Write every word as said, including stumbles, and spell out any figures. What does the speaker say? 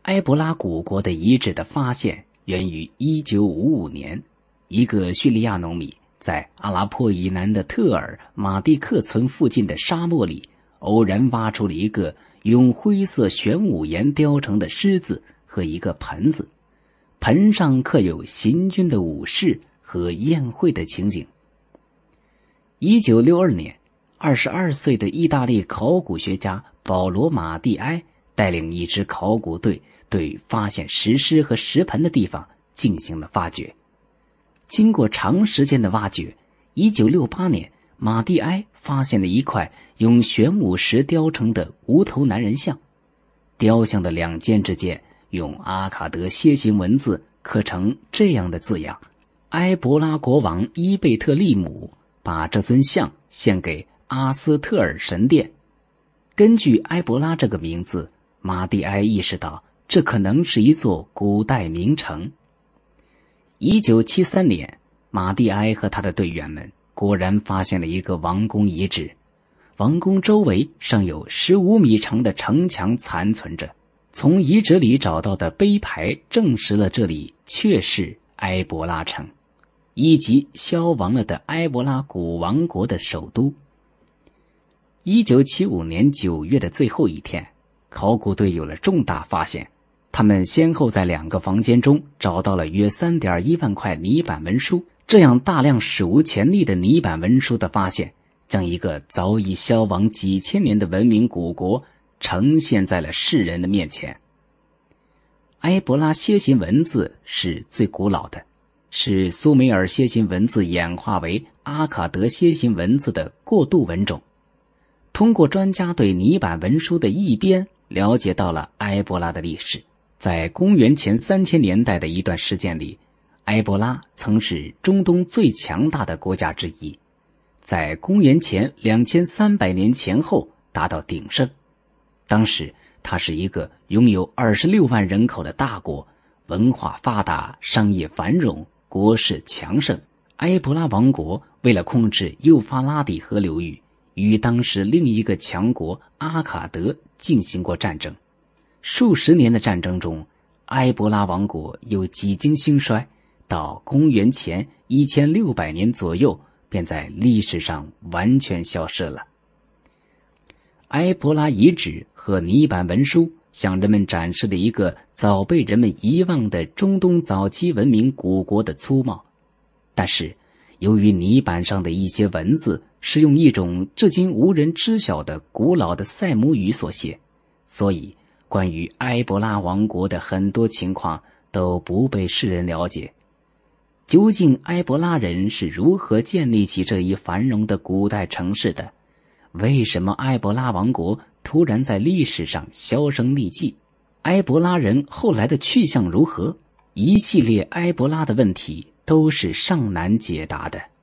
埃博拉古国的遗址的发现源于一九五五年，一个叙利亚农民在阿拉坡以南的特尔马蒂克村附近的沙漠里偶然挖出了一个用灰色玄武岩雕成的狮子和一个盆子，盆上刻有行军的武士和宴会的情景。一九六二年，二十二岁的意大利考古学家保罗·马蒂埃带领一支考古队对发现石狮和石盆的地方进行了发掘。经过长时间的挖掘，一九六八年，马蒂埃发现了一块用玄武石雕成的无头男人像，雕像的两肩之间用阿卡德楔形文字刻成这样的字样：埃博拉国王伊贝特利姆把这尊像献给阿斯特尔神殿。根据埃博拉这个名字，马蒂埃意识到这可能是一座古代名城。一九七三年，马蒂埃和他的队员们果然发现了一个王宫遗址，王宫周围尚有十五米长的城墙残存着。从遗址里找到的碑牌证实了这里确是埃博拉城，以及消亡了的埃博拉古王国的首都。一九七五年九月的最后一天，考古队有了重大发现，他们先后在两个房间中找到了约 三点一万块泥板文书。这样大量史无前例的泥板文书的发现，将一个早已消亡几千年的文明古国呈现在了世人的面前。埃博拉楔形文字是最古老的，是苏美尔楔形文字演化为阿卡德楔形文字的过渡文种。通过专家对泥板文书的译编，了解到了埃博拉的历史。在公元前三千年代的一段时间里，埃博拉曾是中东最强大的国家之一，在公元前两千三百年前后达到鼎盛。当时它是一个拥有二十六万人口的大国，文化发达，商业繁荣，国势强盛。埃博拉王国为了控制幼发拉底河流域，与当时另一个强国阿卡德进行过战争。数十年的战争中，埃博拉王国又几经兴衰，到公元前一千六百年左右，便在历史上完全消失了。埃博拉遗址和泥板文书向人们展示了一个早被人们遗忘的中东早期文明古国的粗貌，但是由于泥板上的一些文字是用一种至今无人知晓的古老的塞姆语所写，所以关于埃博拉王国的很多情况都不被世人了解。究竟埃博拉人是如何建立起这一繁荣的古代城市的？为什么埃博拉王国突然在历史上销声匿迹？埃博拉人后来的去向如何？一系列埃博拉的问题都是尚难解答的。